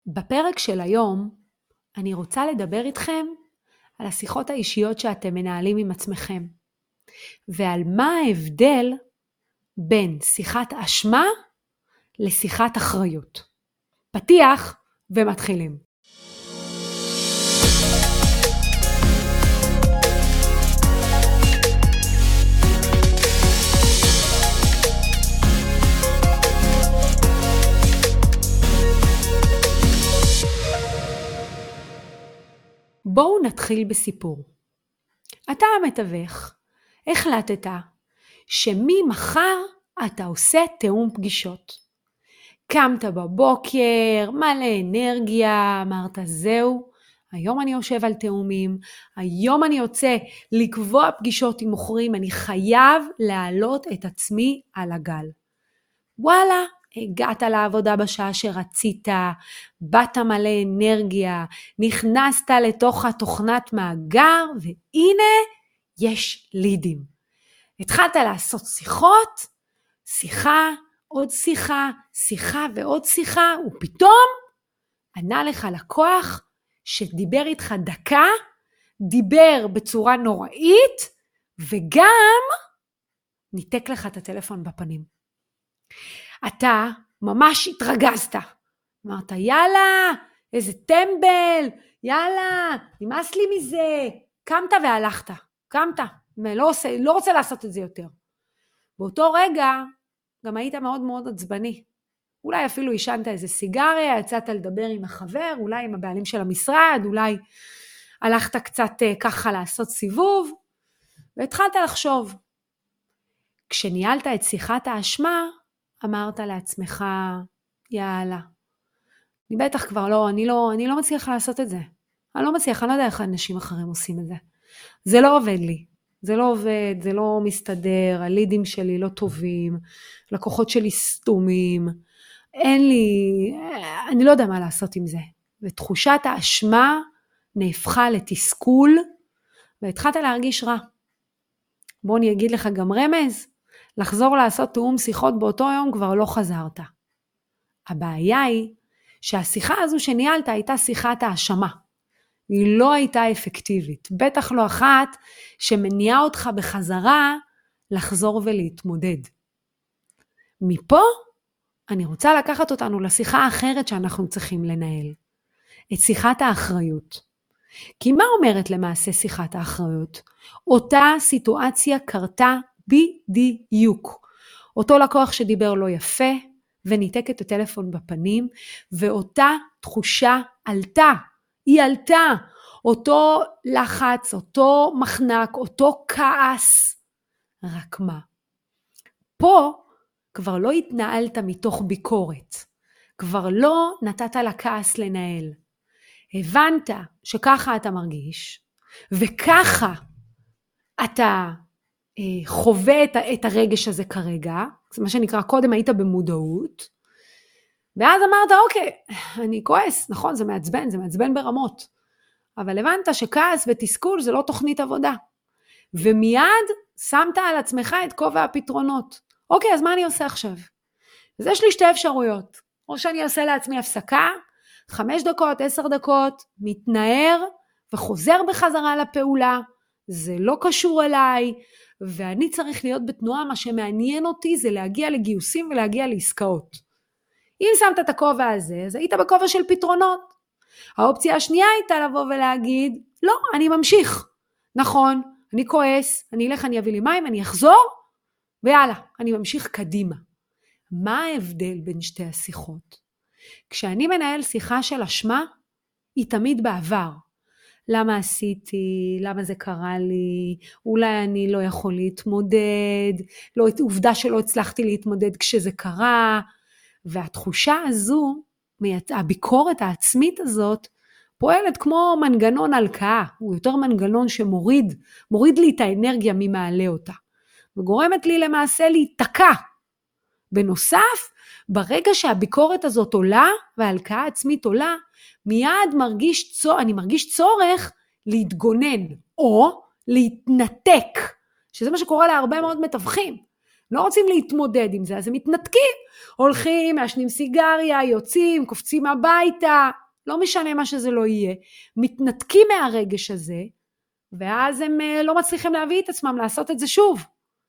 בפרק של היום אני רוצה לדבר איתכם על השיחות האישיות שאתם מנהלים עם עצמכם, ועל מה ההבדל בין שיחת אשמה לשיחת אחריות. פתיח ומתחילים. בואו נתחיל בסיפור. אתה המתווך, החלטת שממחר אתה עושה תאום פגישות. קמת בבוקר, מלא אנרגיה, אמרת זהו, היום אני יושב על תאומים, היום אני יוצא לקבוע פגישות עם מוכרים, אני חייב להעלות את עצמי על הגל. וואלה, הגעת לעבודה בשעה שרצית, באת מלא אנרגיה, נכנסת לתוך התוכנת מאגר, והנה יש לידים. התחלת לעשות שיחות, שיחה, עוד שיחה, שיחה ועוד שיחה, ופתאום ענה לך לקוח שדיבר איתך דקה, דיבר בצורה נוראית, וגם ניתק לך את הטלפון בפנים. אתה ממש התרגזת. אמרת, יאללה, איזה טמבל, יאללה, נמאס לי מזה. קמת והלכת, קמת, לא רוצה לעשות את זה יותר. באותו רגע גם היית מאוד מאוד עצבני. אולי אפילו ישנת איזה סיגריה, יצאת לדבר עם החבר, אולי עם הבעלים של המשרד, אולי הלכת קצת ככה לעשות סיבוב, והתחלת לחשוב. כשניהלת את שיחת האשמה, אמרת לעצמך, יאללה, אני בטח כבר אני לא מצליח לעשות את זה. אני לא יודע איך אנשים אחרים עושים את זה. זה לא עובד לי. זה לא עובד, זה לא מסתדר, הלידים שלי לא טובים, לקוחות שלי סתומים, אני לא יודע מה לעשות עם זה. ותחושת האשמה נהפכה לתסכול, והתחלת להרגיש רע. בוא אני אגיד לך גם רמז, לחזור לעשות תאום שיחות באותו יום כבר לא חזרת. הבעיה היא שהשיחה הזו שניהלת הייתה שיחת האשמה. היא לא הייתה אפקטיבית. בטח לא אחת שמניעה אותך בחזרה לחזור ולהתמודד. מפה אני רוצה לקחת אותנו לשיחה האחרת שאנחנו צריכים לנהל. את שיחת האחריות. כי מה אומרת למעשה שיחת האחריות? אותה סיטואציה קרתה בדיוק. אותו לקוח שדיבר לא יפה וניתק את הטלפון בפנים, ואותה תחושה עלתה. היא עלתה. אותו לחץ, אותו מחנק, אותו כעס. רק מה? פה כבר לא התנהלת מתוך ביקורת. כבר לא נתת לכעס לנהל. הבנת שככה אתה מרגיש, וככה אתה חווה את הרגש הזה כרגע, זה מה שנקרא, קודם היית במודעות, ואז אמרת, אוקיי, אני כועס, נכון, זה מעצבן ברמות, אבל הבנת שכעס ותסכול זה לא תוכנית עבודה, ומיד שמת על עצמך את כובע הפתרונות. אוקיי, אז מה אני עושה עכשיו? אז יש לי שתי אפשרויות, או שאני עושה לעצמי הפסקה, 5 דקות, 10 דקות, מתנער וחוזר בחזרה לפעולה, זה לא קשור אליי, ואני צריך להיות בתנועה, מה שמעניין אותי זה להגיע לגיוסים ולהגיע לעסקאות. אם שמת את הכובע הזה, אז היית בכובע של פתרונות. האופציה השנייה הייתה לבוא ולהגיד, לא, אני ממשיך. נכון, אני כועס, אני אלך, אני אביא לי מים, אני אחזור, ויאללה, אני ממשיך קדימה. מה ההבדל בין שתי השיחות? כשאני מנהל שיחה של אשמה, היא תמיד בעבר. למה עשיתי? למה זה קרה לי? אולי אני לא יכול להתמודד, עובדה שלא הצלחתי להתמודד כשזה קרה, והתחושה הזו, הביקורת העצמית הזאת, פועלת כמו מנגנון הלקאה, הוא יותר מנגנון מוריד לי את האנרגיה ממעלה אותה, וגורמת לי למעשה להיתקע. בנוסף, ברגע שהביקורת הזאת עולה, וההלקאה העצמית עולה, מיד אני מרגיש צורך להתגונן, או להתנתק, שזה מה שקורה להרבה מאוד מתווכים. לא רוצים להתמודד עם זה, אז הם מתנתקים, הולכים, מעשנים סיגריה, יוצאים, קופצים הביתה, לא משנה מה שזה לא יהיה, מתנתקים מהרגש הזה, ואז הם לא מצליחים להביא את עצמם לעשות את זה שוב.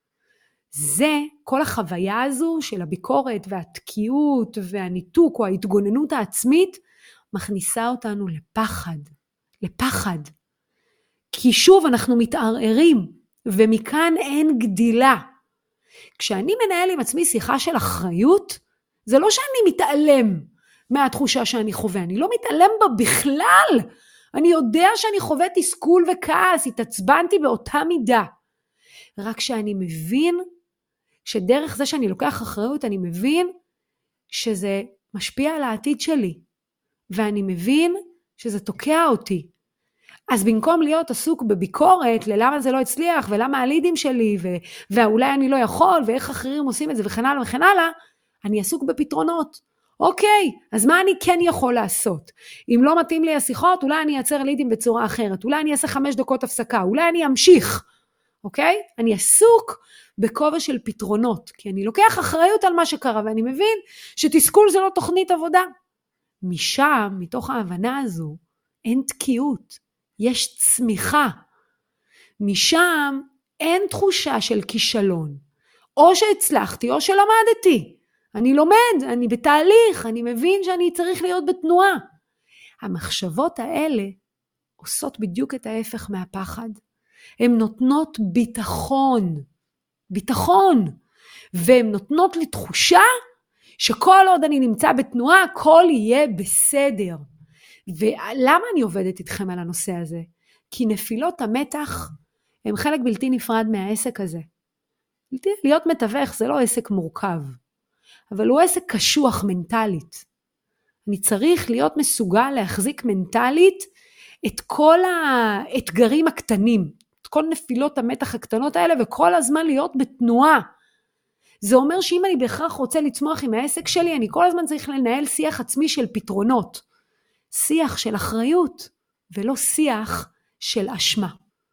זה, כל החוויה הזו של הביקורת והתקיעות והניתוק או ההתגוננות העצמית, מכניסה אותנו לפחד, לפחד. כי שוב אנחנו מתערערים, ומכאן אין גדילה. כשאני מנהל עם עצמי שיחה של אחריות, זה לא שאני מתעלם מהתחושה שאני חווה, אני לא מתעלם בה בכלל. אני יודע שאני חווה תסכול וכעס, התעצבנתי באותה מידה. רק שאני מבין שדרך זה שאני לוקח אחריות, אני מבין שזה משפיע על העתיד שלי. ואני מבין שזה תוקע אותי. אז במקום להיות עסוק בביקורת, ללמה זה לא הצליח, ולמה הלידים שלי, ואולי אני לא יכול, ואיך אחרים עושים את זה, וכן הלאה וכן הלאה, אני עסוק בפתרונות. אוקיי, אז מה אני כן יכול לעשות? אם לא מתאים לי השיחות, אולי אני אעצר לידים בצורה אחרת, אולי אני אעשה 5 דקות הפסקה, אולי אני אמשיך. אוקיי? אני עסוק בכובע של פתרונות, כי אני לוקח אחריות על מה שקרה, ואני מבין שתסכול זה לא תוכנית עבודה. משם, מתוך ההבנה הזו, אין תקיעות, יש צמיחה. משם אין תחושה של כישלון, או שהצלחתי או שלמדתי. אני לומד, אני בתהליך, אני מבין שאני צריך להיות בתנועה. המחשבות האלה עושות בדיוק את ההפך מהפחד. הן נותנות ביטחון, ביטחון, והן נותנות לי תחושה שכל עוד אני נמצא בתנועה, הכל יהיה בסדר. ולמה אני עובדת איתכם על הנושא הזה? כי נפילות המתח הם חלק בלתי נפרד מהעסק הזה. להיות מתווך זה לא עסק מורכב, אבל הוא עסק קשוח מנטלית. אני צריך להיות מסוגל להחזיק מנטלית את כל האתגרים הקטנים, את כל נפילות המתח הקטנות האלה, וכל הזמן להיות בתנועה. זה אומר שאם אני בהכרח רוצה לצמוח עם העסק שלי, אני כל הזמן צריך לנהל שיח עצמי של פתרונות. שיח של אחריות, ולא שיח של אשמה.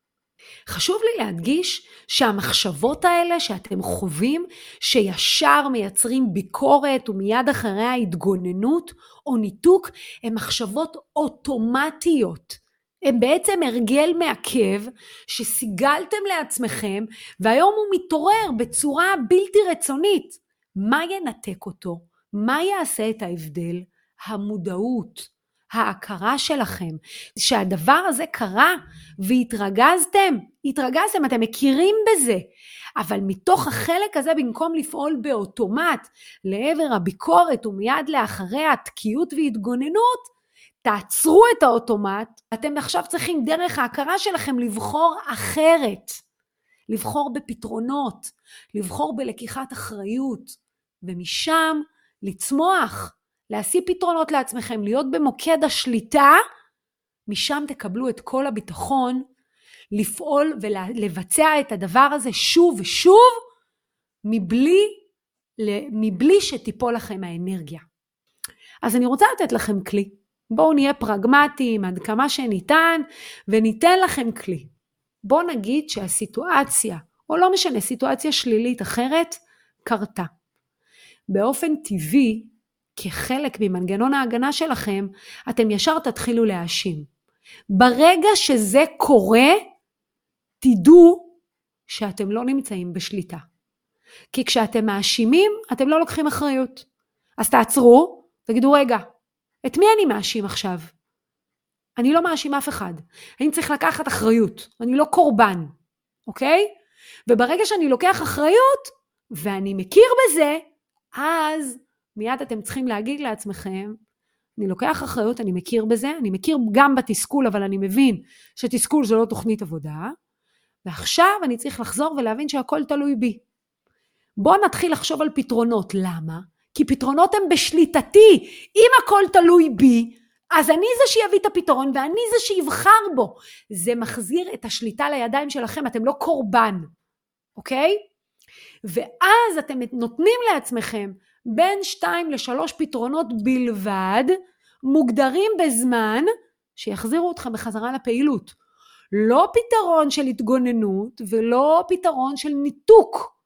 חשוב לי להדגיש שהמחשבות האלה שאתם חווים, שישר מייצרים ביקורת ומיד אחריה התגוננות או ניתוק, הן מחשבות אוטומטיות. הן בעצם הרגל מעכב שסיגלתם לעצמכם, והיום הוא מתעורר בצורה בלתי רצונית. מה ינתק אותו? מה יעשה את ההבדל? המודעות, ההכרה שלכם, שהדבר הזה קרה והתרגזתם, אתם מכירים בזה, אבל מתוך החלק הזה במקום לפעול באוטומט לעבר הביקורת ומיד לאחריה התקיעות והתגוננות, תעצרו את האוטומט, אתם עכשיו צריכים דרך ההכרה שלכם לבחור אחרת, לבחור בפתרונות, לבחור בלקיחת אחריות, ומשם לצמוח, להשיא פתרונות לעצמכם, להיות במוקד השליטה, משם תקבלו את כל הביטחון, לפעול ולבצע את הדבר הזה שוב ושוב, מבלי שתיפול לכם האנרגיה. אז אני רוצה לתת לכם כלי, בואו נהיה פרגמטיים עד כמה שניתן, וניתן לכם כלי. בואו נגיד שהסיטואציה, או לא משנה, סיטואציה שלילית אחרת, קרתה. באופן טבעי, כחלק ממנגנון ההגנה שלכם, אתם ישר תתחילו להאשים. ברגע שזה קורה, תדעו שאתם לא נמצאים בשליטה. כי כשאתם מאשימים, אתם לא לוקחים אחריות. אז תעצרו, תגידו רגע, את מי אני מאשים עכשיו? אני לא מאשים אף אחד. אני צריך לקחת אחריות. אני לא קורבן. אוקיי? וברגע שאני לוקח אחריות, ואני מכיר בזה, אז מיד אתם צריכים להגיד לעצמכם, אני לוקח אחריות, אני מכיר בזה, אני מכיר גם בתסכול, אבל אני מבין שתסכול זו לא תוכנית עבודה, ועכשיו אני צריך לחזור ולהבין שהכל תלוי בי. בואו נתחיל לחשוב על פתרונות. למה? כי פתרונות הם בשליטתי. אם הכל תלוי בי, אז אני זה שיביא את הפתרון, ואני זה שיבחר בו. זה מחזיר את השליטה לידיים שלכם, אתם לא קורבן. אוקיי? ואז אתם נותנים לעצמכם בין 2 ל3 פתרונות בלבד, מוגדרים בזמן, שיחזירו אתכם בחזרה לפעילות. לא פתרון של התגוננות, ולא פתרון של ניתוק.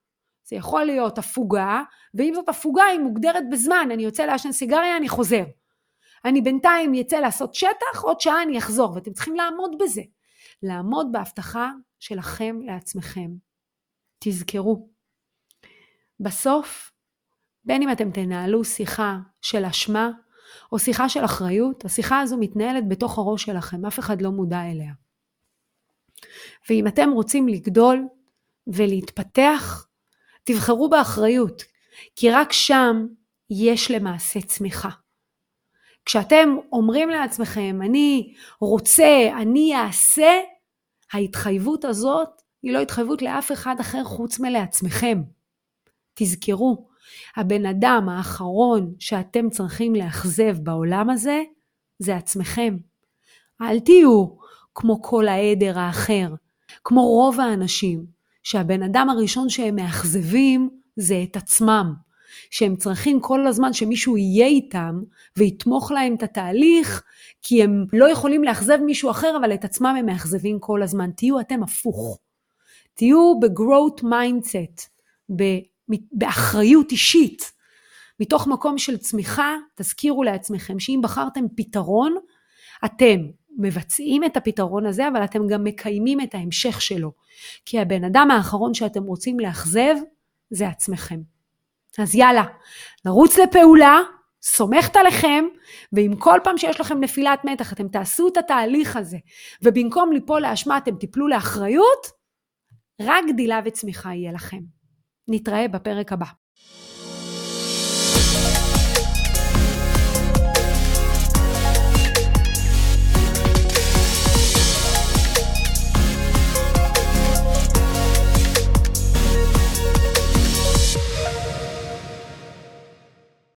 זה יכול להיות הפוגה, ואם זאת הפוגה היא מוגדרת בזמן, אני יוצא לעשן סיגריה, אני חוזר. אני בינתיים יצא לעשות שטח, עוד שעה אני אחזור, ואתם צריכים לעמוד בזה. לעמוד בהבטחה שלכם לעצמכם. תזכרו. בסוף, בין אם אתם תנהלו שיחה של אשמה, או שיחה של אחריות, השיחה הזו מתנהלת בתוך הראש שלכם, אף אחד לא מודע אליה. ואם אתם רוצים לגדול ולהתפתח, תבחרו באחריות, כי רק שם יש למעשה צמיחה. כשאתם אומרים לעצמכם, אני רוצה, אני אעשה, ההתחייבות הזאת היא לא התחייבות לאף אחד אחר חוץ מלעצמכם. תזכרו, הבן אדם האחרון שאתם צריכים לאכזב בעולם הזה, זה עצמכם. אל תהיו כמו כל העדר האחר, כמו רוב האנשים, שהבן אדם הראשון שהם מאכזבים זה את עצמם, שהם צריכים כל הזמן שמישהו יהיה איתם ויתמוך להם את התהליך, כי הם לא יכולים לאכזב מישהו אחר, אבל את עצמם הם מאכזבים כל הזמן. תהיו אתם הפוך. תהיו ב-growth mindset, באחריות אישית, מתוך מקום של צמיחה. תזכירו לעצמכם שאם בחרתם פתרון, אתם מבצעים את הפתרון הזה, אבל אתם גם מקיימים את ההמשך שלו. כי הבן אדם האחרון שאתם רוצים לאכזב, זה עצמכם. אז יאללה, נרוץ לפעולה, סומכת עליכם, ואם כל פעם שיש לכם נפילת מתח, אתם תעשו את התהליך הזה, ובמקום ליפול לאשמה, אתם תיפלו לאחריות, רק גדילה וצמיחה יהיה לכם. נתראה בפרק הבא.